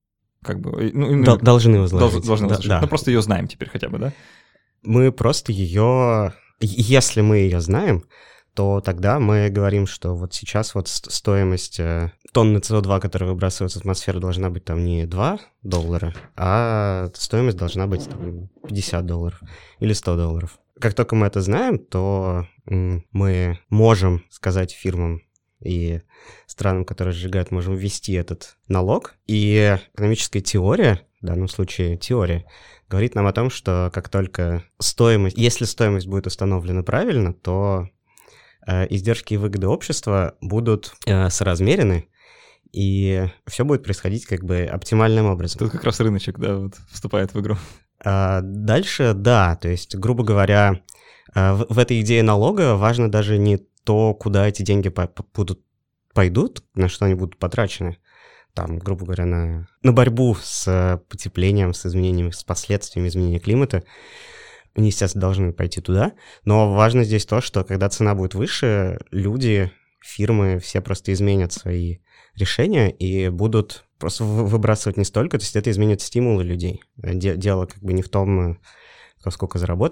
Speaker 2: Должны возложить.
Speaker 1: Должны возложить. Да. Просто ее знаем теперь хотя бы, да?
Speaker 2: Мы просто ее... Если мы ее знаем, то тогда мы говорим, что вот сейчас вот стоимость тонны СО2, которая выбрасывается в атмосферу, должна быть там не $2, а стоимость должна быть там, $50 или $100. Как только мы это знаем, то мы можем сказать фирмам и странам, которые сжигают, можем ввести этот налог. И экономическая теория, в данном случае теория, говорит нам о том, что как только если стоимость будет установлена правильно, то издержки и выгоды общества будут соразмерены, и все будет происходить как бы оптимальным образом.
Speaker 1: Тут как раз рыночек, да, вот вступает в игру.
Speaker 2: Дальше, да, то есть, грубо говоря, в этой идее налога важно даже не то, куда эти деньги пойдут, на что они будут потрачены, там, грубо говоря, на борьбу с потеплением, с изменениями, с последствиями изменения климата. Они, естественно, должны пойти туда, но важно здесь то, что когда цена будет выше, люди, фирмы, все просто изменят свои решения и будут просто выбрасывать не столько, то есть это изменит стимулы людей. Дело как бы не в том, кто сколько заработает.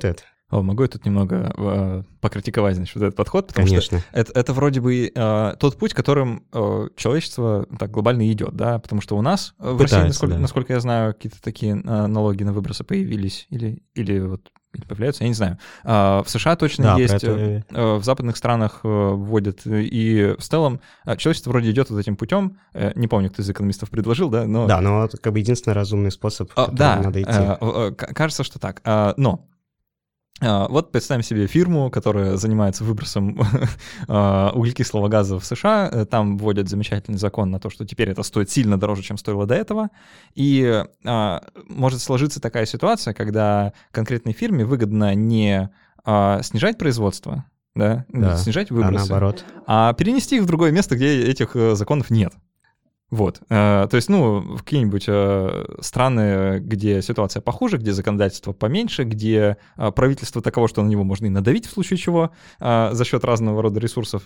Speaker 1: Могу я тут немного покритиковать, значит, вот этот подход? Потому
Speaker 2: Конечно.
Speaker 1: что это вроде бы тот путь, которым человечество так глобально идет, да? Потому что у нас в России, насколько я знаю, какие-то такие налоги на выбросы появились или вот появляются, я не знаю. В США точно есть, в западных странах вводят, и в целом человечество вроде идет вот этим путем. Не помню, кто из экономистов предложил, да? Но...
Speaker 2: Да, но это как бы единственный разумный способ, которым надо идти.
Speaker 1: Кажется, что так. Но вот представим себе фирму, которая занимается выбросом углекислого газа в США. Там вводят замечательный закон на то, что теперь это стоит сильно дороже, чем стоило до этого. И может сложиться такая ситуация, когда конкретной фирме выгодно не снижать производство, да, снижать выбросы,
Speaker 2: наоборот,
Speaker 1: а перенести их в другое место, где этих законов нет. Вот, то есть, в какие-нибудь страны, где ситуация похуже, где законодательство поменьше, где правительство таково, что на него можно и надавить в случае чего за счет разного рода ресурсов.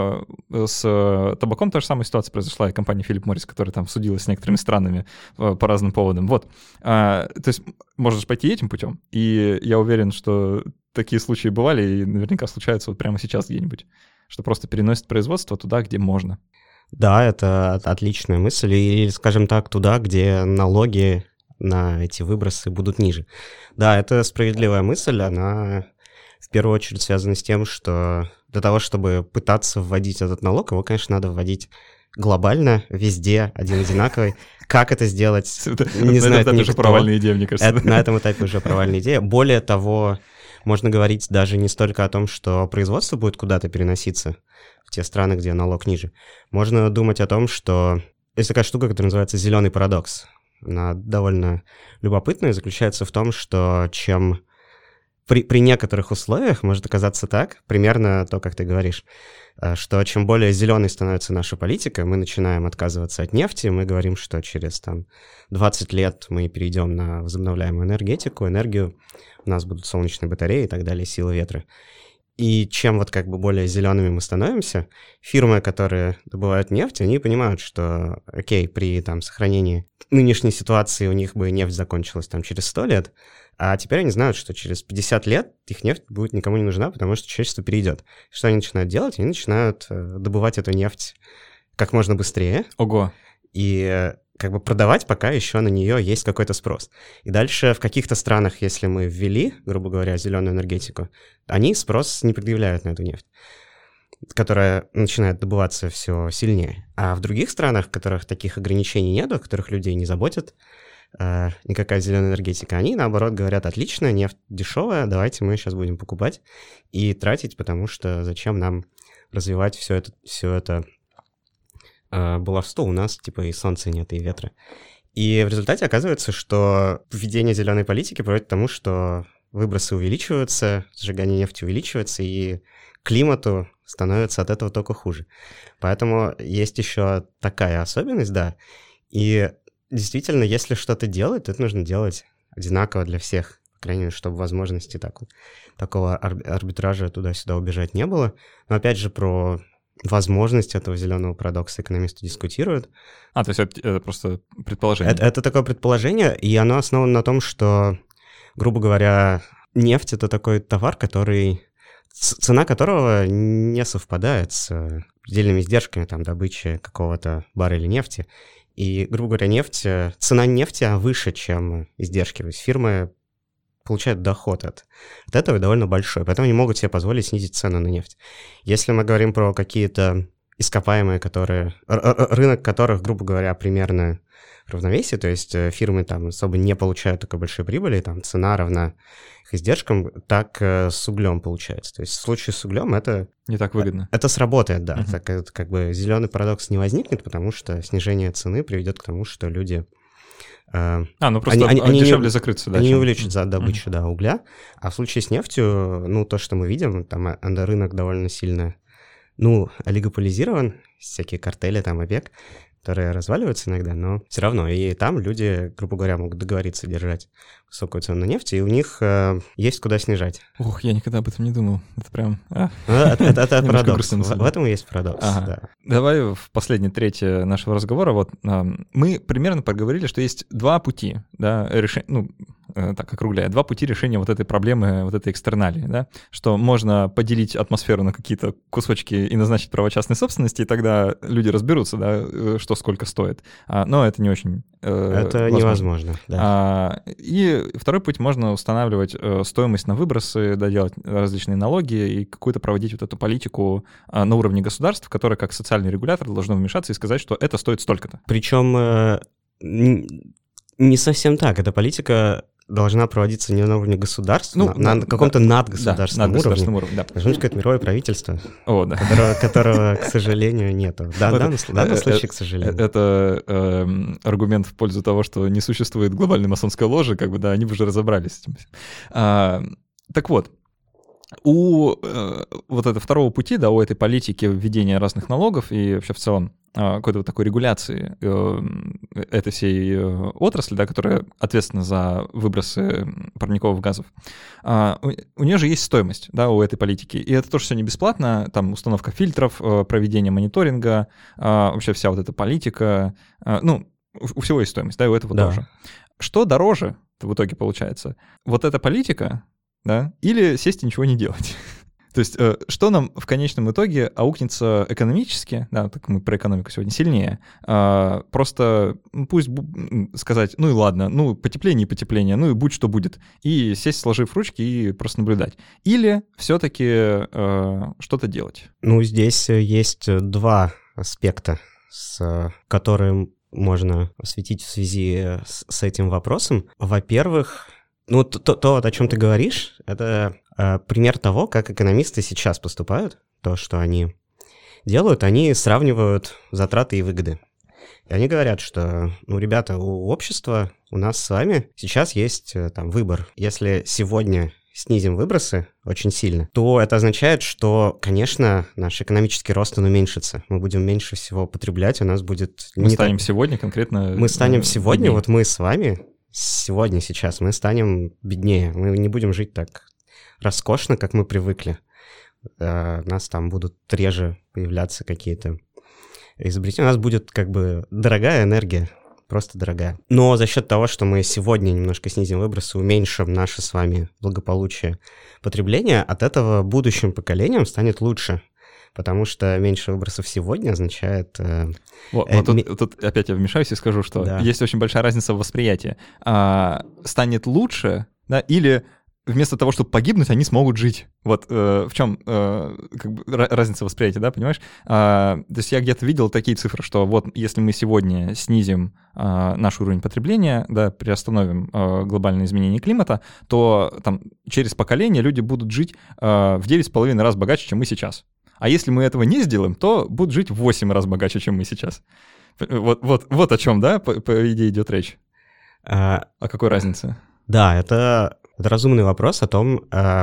Speaker 1: С табаком та же самая ситуация произошла, и компания Philip Morris, которая там судилась с некоторыми странами по разным поводам. Вот, то есть можешь пойти этим путем, и я уверен, что такие случаи бывали, и наверняка случаются вот прямо сейчас где-нибудь, что просто переносят производство туда, где можно.
Speaker 2: Да, это отличная мысль. Или, скажем так, туда, где налоги на эти выбросы будут ниже. Да, это справедливая мысль. Она в первую очередь связана с тем, что для того, чтобы пытаться вводить этот налог, его, конечно, надо вводить глобально, везде, одинаковый. Как это сделать?
Speaker 1: Не знаю, это уже провальная идея, мне кажется.
Speaker 2: На этом этапе уже провальная идея. Более того, можно говорить даже не столько о том, что производство будет куда-то переноситься в те страны, где налог ниже. Можно думать о том, что есть такая штука, которая называется зеленый парадокс. Она довольно любопытная и заключается в том, что чем при некоторых условиях может оказаться так, примерно то, как ты говоришь, что чем более зеленой становится наша политика, мы начинаем отказываться от нефти, мы говорим, что через 20 лет мы перейдем на возобновляемую энергию, у нас будут солнечные батареи и так далее, силы ветра. И чем вот как бы более зелеными мы становимся, фирмы, которые добывают нефть, они понимают, что, окей, при сохранении нынешней ситуации у них бы нефть закончилась через 100 лет, а теперь они знают, что через 50 лет их нефть будет никому не нужна, потому что человечество перейдет. Что они начинают делать? Они начинают добывать эту нефть как можно быстрее.
Speaker 1: Ого.
Speaker 2: И как бы продавать, пока еще на нее есть какой-то спрос. И дальше в каких-то странах, если мы ввели, грубо говоря, зеленую энергетику, они спрос не предъявляют на эту нефть, которая начинает добываться все сильнее. А в других странах, в которых таких ограничений нет, в которых людей не заботит никакая зеленая энергетика, они, наоборот, говорят: отлично, нефть дешевая, давайте мы сейчас будем покупать и тратить, потому что зачем нам развивать все это баловство, у нас и солнца нет, и ветра. И в результате оказывается, что введение зеленой политики приводит к тому, что выбросы увеличиваются, сжигание нефти увеличивается, и климату становится от этого только хуже. Поэтому есть еще такая особенность, да. И действительно, если что-то делать, то это нужно делать одинаково для всех. По крайней мере, чтобы возможности такого арбитража туда-сюда убежать не было. Но опять же, про возможность этого зеленого парадокса экономисты дискутируют.
Speaker 1: То есть это просто предположение?
Speaker 2: Это такое предположение, и оно основано на том, что, грубо говоря, нефть — это такой товар, цена которого не совпадает с предельными издержками добычи какого-то барреля нефти. И, грубо говоря, цена нефти выше, чем издержки. То есть фирмы получают доход от этого довольно большой, поэтому они могут себе позволить снизить цену на нефть. Если мы говорим про какие-то ископаемые, рынок которых, грубо говоря, примерно в равновесии, то есть фирмы особо не получают такой большой прибыли, цена равна их издержкам, так с углем получается. То есть в случае с углем это...
Speaker 1: Не так выгодно.
Speaker 2: Это сработает, да. Так как бы зеленый парадокс не возникнет, потому что снижение цены приведет к тому, что люди...
Speaker 1: просто они дешевле закрыться, да?
Speaker 2: Они не увеличат добычу, угля. А в случае с нефтью, то, что мы видим, рынок довольно сильно, олигополизирован, всякие картели, ОПЕК, которые разваливаются иногда, но все равно. И там люди, грубо говоря, могут договориться держать высокую цену на нефть, и у них есть куда снижать.
Speaker 1: Я никогда об этом не думал. Это прям...
Speaker 2: Это парадокс. В этом и есть парадокс, да.
Speaker 1: Давай в последней трети нашего разговора. Мы примерно поговорили, что есть два пути, да, так округляя, два пути решения вот этой проблемы, вот этой экстерналии, да, что можно поделить атмосферу на какие-то кусочки и назначить права частной собственности, и тогда люди разберутся, да, что сколько стоит. Но это не очень
Speaker 2: это невозможно,
Speaker 1: да. И второй путь — можно устанавливать стоимость на выбросы, да, делать различные налоги и какую-то проводить вот эту политику на уровне государств, которая как социальный регулятор должна вмешаться и сказать, что это стоит столько-то.
Speaker 2: Причем не совсем так. Эта политика должна проводиться не на уровне государства, на каком-то надгосударственном уровне. Да. Должно быть какое-то мировое правительство, которого, к сожалению, нету. В данном случае, к сожалению.
Speaker 1: Это аргумент в пользу того, что не существует глобальной масонской ложи, как бы, да, они бы уже разобрались с этим. Так вот, у вот этого второго пути, да, у этой политики введения разных налогов и вообще в целом какой-то вот такой регуляции этой всей отрасли, да, которая ответственна за выбросы парниковых газов, у нее же есть стоимость, да, у этой политики. И это тоже все не бесплатно, там установка фильтров, проведение мониторинга, вообще вся вот эта политика, ну, у всего есть стоимость, да, и у этого тоже. Что дороже в итоге получается? Вот эта политика, да, или сесть и ничего не делать? То есть что нам в конечном итоге аукнется экономически, да, так мы про экономику сегодня сильнее, просто пусть сказать, ну и ладно, ну потепление, ну и будь что будет, и сесть, сложив ручки, и просто наблюдать. Или все-таки что-то делать?
Speaker 2: Ну, здесь есть два аспекта, которые можно осветить в связи с этим вопросом. Во-первых, ну, то, о чем ты говоришь, это пример того, как экономисты сейчас поступают. То, что они делают, они сравнивают затраты и выгоды. И они говорят, что, ну, ребята, у общества, у нас с вами сейчас есть там выбор. Если сегодня снизим выбросы очень сильно, то это означает, что, конечно, наш экономический рост, он уменьшится. Мы будем меньше всего потреблять, у нас будет...
Speaker 1: Мы станем сегодня конкретно...
Speaker 2: Мы станем сегодня, вот мы с вами... Сегодня, сейчас мы станем беднее, мы не будем жить так роскошно, как мы привыкли. У нас там будут реже появляться какие-то изобретения. У нас будет как бы дорогая энергия, просто дорогая. Но за счет того, что мы сегодня немножко снизим выбросы, уменьшим наше с вами благополучие потребления, от этого будущим поколениям станет лучше. Потому что меньше выбросов сегодня означает...
Speaker 1: Тут опять я вмешаюсь и скажу, что есть очень большая разница в восприятии. Станет лучше, да, или вместо того, чтобы погибнуть, они смогут жить. Вот в чем как бы разница восприятия, да, понимаешь? То есть я где-то видел такие цифры, что вот если мы сегодня снизим наш уровень потребления, да, приостановим глобальное изменение климата, то там через поколение люди будут жить в 9,5 раз богаче, чем мы сейчас. А если мы этого не сделаем, то будут жить в 8 раз богаче, чем мы сейчас. Вот о чем, да, по идее идет речь. О какой разнице?
Speaker 2: Да, это разумный вопрос о том...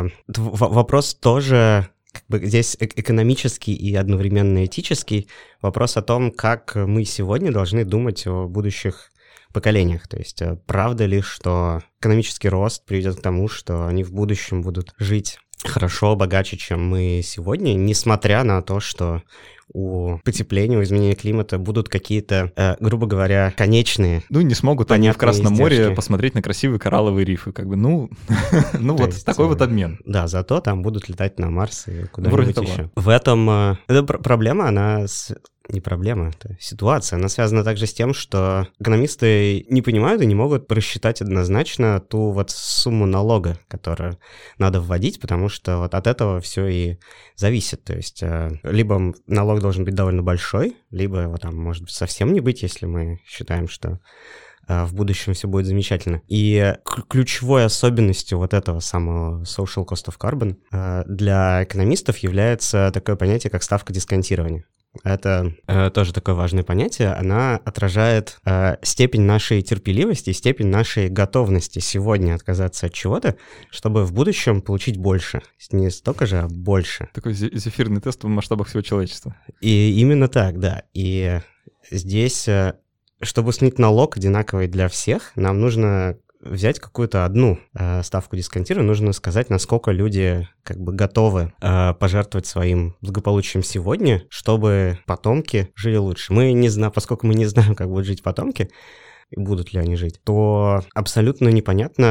Speaker 2: Вопрос тоже как бы здесь экономический и одновременно этический. Вопрос о том, как мы сегодня должны думать о будущих поколениях. То есть правда ли, что экономический рост приведет к тому, что они в будущем будут жить хорошо, богаче, чем мы сегодня, несмотря на то, что у потепления, у изменения климата будут какие-то, грубо говоря, конечные.
Speaker 1: Ну, не смогут они в Красном море посмотреть на красивые коралловые рифы, как бы, ну вот такой вот обмен.
Speaker 2: Да, зато там будут летать на Марс и куда-нибудь еще. В этом эта проблема, она... Не проблема, это ситуация. Она связана также с тем, что экономисты не понимают и не могут просчитать однозначно ту вот сумму налога, которую надо вводить, потому что вот от этого все и зависит. То есть либо налог должен быть довольно большой, либо его там может быть совсем не быть, если мы считаем, что в будущем все будет замечательно. И ключевой особенностью вот этого самого social cost of carbon для экономистов является такое понятие, как ставка дисконтирования. Это тоже такое важное понятие. Она отражает степень нашей терпеливости, степень нашей готовности сегодня отказаться от чего-то, чтобы в будущем получить больше. Не столько же, а больше.
Speaker 1: Такой зефирный тест в масштабах всего человечества.
Speaker 2: И именно так, да. И здесь, чтобы установить налог одинаковый для всех, нам нужно взять какую-то одну ставку дисконтирования, нужно сказать, насколько люди как бы готовы пожертвовать своим благополучием сегодня, чтобы потомки жили лучше. Мы не знаем, поскольку мы не знаем, как будут жить потомки, и будут ли они жить, то абсолютно непонятно,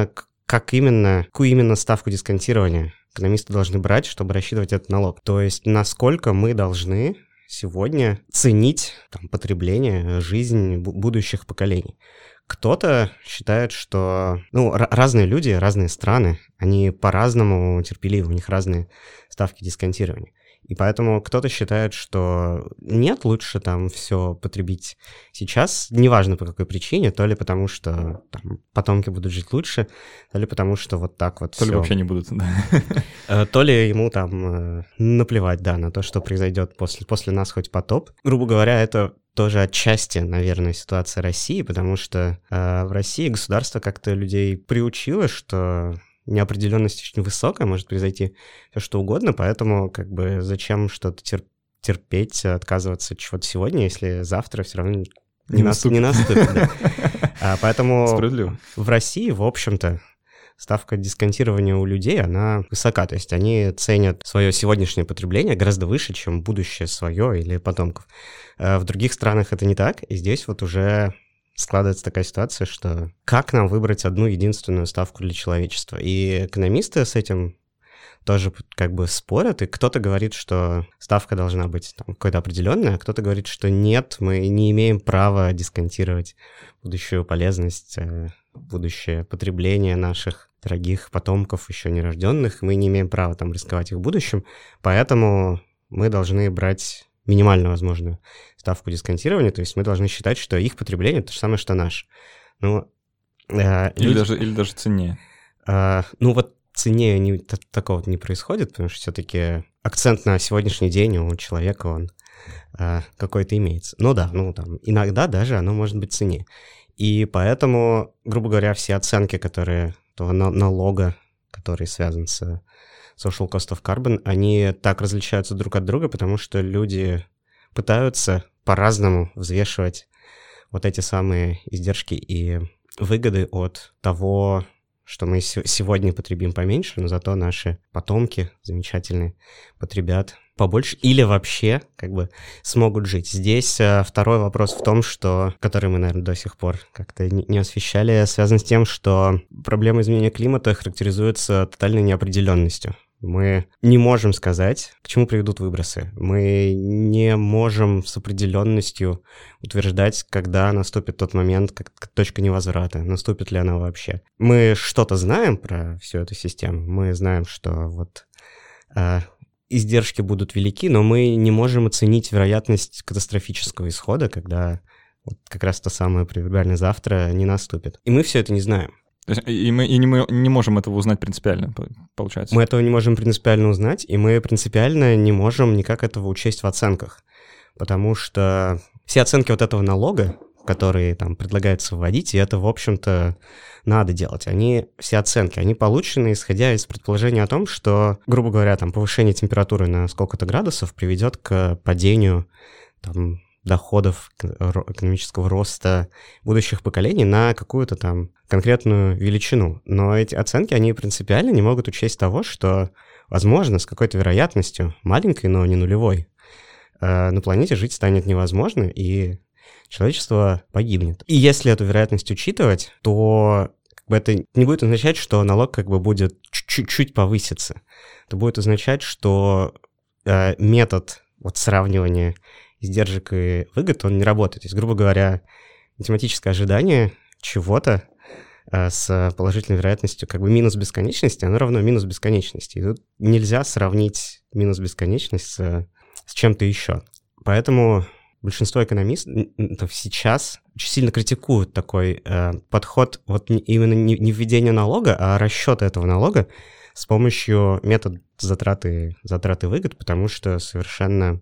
Speaker 2: какую именно ставку дисконтирования экономисты должны брать, чтобы рассчитывать этот налог. То есть насколько мы должны сегодня ценить потребление, жизнь будущих поколений. Кто-то считает, что... разные люди, разные страны, они по-разному терпеливы, у них разные ставки дисконтирования. И поэтому кто-то считает, что нет, лучше все потребить сейчас, неважно по какой причине, то ли потому, что потомки будут жить лучше, то ли потому, что вот так вот
Speaker 1: то
Speaker 2: все.
Speaker 1: ли вообще не будут, да.
Speaker 2: То ли ему наплевать, да, на то, что произойдет после нас хоть потоп. Грубо говоря, это тоже отчасти, наверное, ситуация России, потому что в России государство как-то людей приучило, что... неопределенность очень высокая, может произойти все что угодно, поэтому зачем что-то терпеть, отказываться от чего-то сегодня, если завтра все равно не наступит. Да. Поэтому в России, в общем-то, ставка дисконтирования у людей, она высока, то есть они ценят свое сегодняшнее потребление гораздо выше, чем будущее свое или потомков. В других странах это не так, и здесь вот уже... складывается такая ситуация, что как нам выбрать одну единственную ставку для человечества? И экономисты с этим тоже спорят, и кто-то говорит, что ставка должна быть какой-то определенная, а кто-то говорит, что нет, мы не имеем права дисконтировать будущую полезность, будущее потребление наших дорогих потомков, еще нерожденных, мы не имеем права рисковать их будущим, поэтому мы должны брать минимально возможную ставку дисконтирования, то есть мы должны считать, что их потребление то же самое, что наш.
Speaker 1: Или даже ценнее.
Speaker 2: Ценнее такого не происходит, потому что все-таки акцент на сегодняшний день у человека, он какой-то имеется. Иногда даже оно может быть ценнее. И поэтому, грубо говоря, все оценки, налога, который связан с social cost of carbon, они так различаются друг от друга, потому что люди пытаются по-разному взвешивать вот эти самые издержки и выгоды от того, что мы сегодня потребим поменьше, но зато наши потомки замечательные потребят побольше или вообще смогут жить. Здесь второй вопрос в том, который мы, наверное, до сих пор как-то не освещали, связан с тем, что проблема изменения климата характеризуется тотальной неопределенностью. Мы не можем сказать, к чему приведут выбросы. Мы не можем с определенностью утверждать, когда наступит тот момент, как точка невозврата, наступит ли она вообще. Мы что-то знаем про всю эту систему. Мы знаем, что издержки будут велики, но мы не можем оценить вероятность катастрофического исхода, когда как раз то самое привергальное завтра не наступит. И мы все это не знаем.
Speaker 1: И мы не можем этого узнать принципиально, получается.
Speaker 2: Мы этого не можем принципиально узнать, и мы принципиально не можем никак этого учесть в оценках. Потому что все оценки вот этого налога, которые предлагается вводить, и это, в общем-то, надо делать, все оценки, они получены, исходя из предположения о том, что, грубо говоря, повышение температуры на сколько-то градусов приведет к падению доходов, экономического роста будущих поколений на какую-то конкретную величину. Но эти оценки, они принципиально не могут учесть того, что, возможно, с какой-то вероятностью, маленькой, но не нулевой, на планете жить станет невозможно, и человечество погибнет. И если эту вероятность учитывать, то это не будет означать, что налог будет чуть-чуть повыситься. Это будет означать, что метод сравнивания издержек и выгод, он не работает. То есть, грубо говоря, математическое ожидание чего-то с положительной вероятностью минус бесконечности, оно равно минус бесконечности. И тут нельзя сравнить минус бесконечность с чем-то еще. Поэтому большинство экономистов сейчас очень сильно критикуют такой подход именно не введения налога, а расчета этого налога с помощью метода затраты выгод, потому что совершенно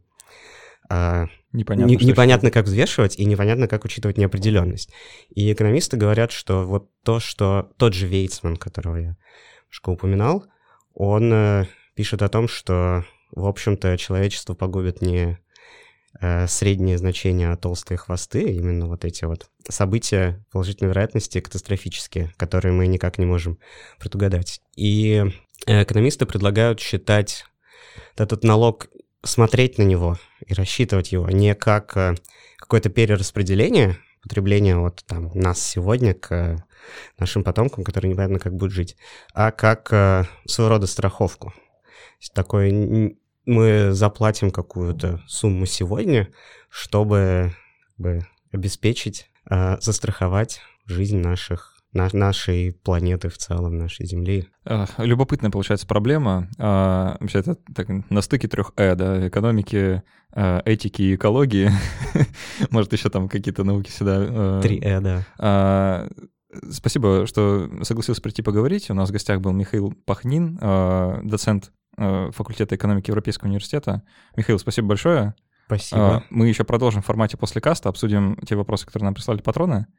Speaker 2: непонятно, как взвешивать, и непонятно, как учитывать неопределенность. И экономисты говорят, что что тот же Вейцман, которого я немножко упоминал, он пишет о том, что, в общем-то, человечество погубит не средние значения, а толстые хвосты, именно эти события положительной вероятности катастрофические, которые мы никак не можем предугадать. И экономисты предлагают считать этот налог, смотреть на него и рассчитывать его не как какое-то перераспределение, потребления от там, нас сегодня к нашим потомкам, которые непонятно как будут жить, а как своего рода страховку. Такой, мы заплатим какую-то сумму сегодня, чтобы обеспечить, застраховать жизнь нашей планеты в целом, нашей Земли.
Speaker 1: Любопытная получается проблема. Вообще это так, на стыке 3 да, экономики, этики и экологии. Может, еще там какие-то науки сюда.
Speaker 2: 3 да.
Speaker 1: Спасибо, что согласился прийти поговорить. У нас в гостях был Михаил Пахнин, доцент факультета экономики Европейского университета. Михаил, спасибо большое.
Speaker 2: Спасибо.
Speaker 1: Мы еще продолжим в формате после каста, обсудим те вопросы, которые нам прислали патроны.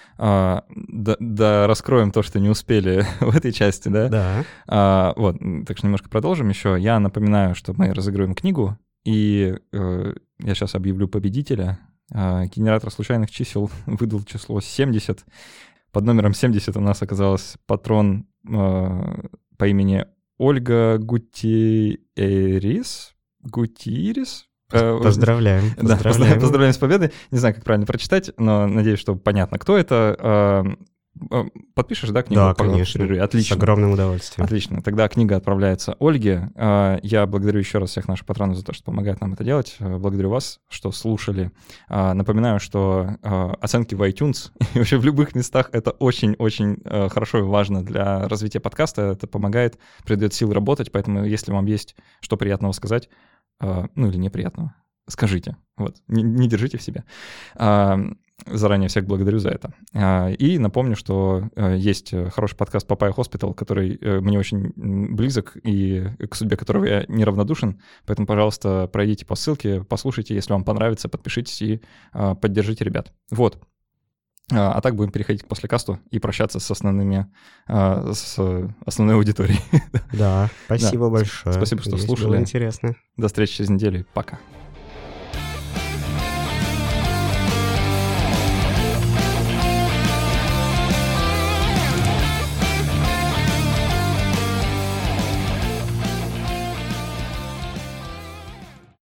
Speaker 1: Да, раскроем то, что не успели в этой части, да?
Speaker 2: Да.
Speaker 1: Вот, так что немножко продолжим еще. Я напоминаю, что мы разыгрываем книгу, и я сейчас объявлю победителя. Генератор случайных чисел выдал число 70. Под номером 70 у нас оказалась патрон по имени Ольга Гутиерис.
Speaker 2: Поздравляем.
Speaker 1: Да, поздравляем с победой. Не знаю, как правильно прочитать, но надеюсь, что понятно, кто это. Подпишешь, да, книгу?
Speaker 2: Да, конечно.
Speaker 1: Отлично.
Speaker 2: С огромным удовольствием.
Speaker 1: Отлично. Тогда книга отправляется Ольге. Я благодарю еще раз всех наших патронов за то, что помогают нам это делать. Благодарю вас, что слушали. Напоминаю, что оценки в iTunes и вообще в любых местах — это очень-очень хорошо и важно для развития подкаста. Это помогает, придает сил работать, поэтому если вам есть что приятного сказать, ну или неприятного, скажите. Вот. Не держите в себе. Заранее всех благодарю за это. И напомню, что есть хороший подкаст Papaya Hospital, который мне очень близок и к судьбе которого я неравнодушен. Поэтому, пожалуйста, пройдите по ссылке, послушайте, если вам понравится, подпишитесь и поддержите ребят. Вот. А так будем переходить к послекасту и прощаться с основной аудиторией.
Speaker 2: Да, спасибо большое.
Speaker 1: Спасибо, что слушали.
Speaker 2: Было интересно.
Speaker 1: До встречи через неделю. Пока.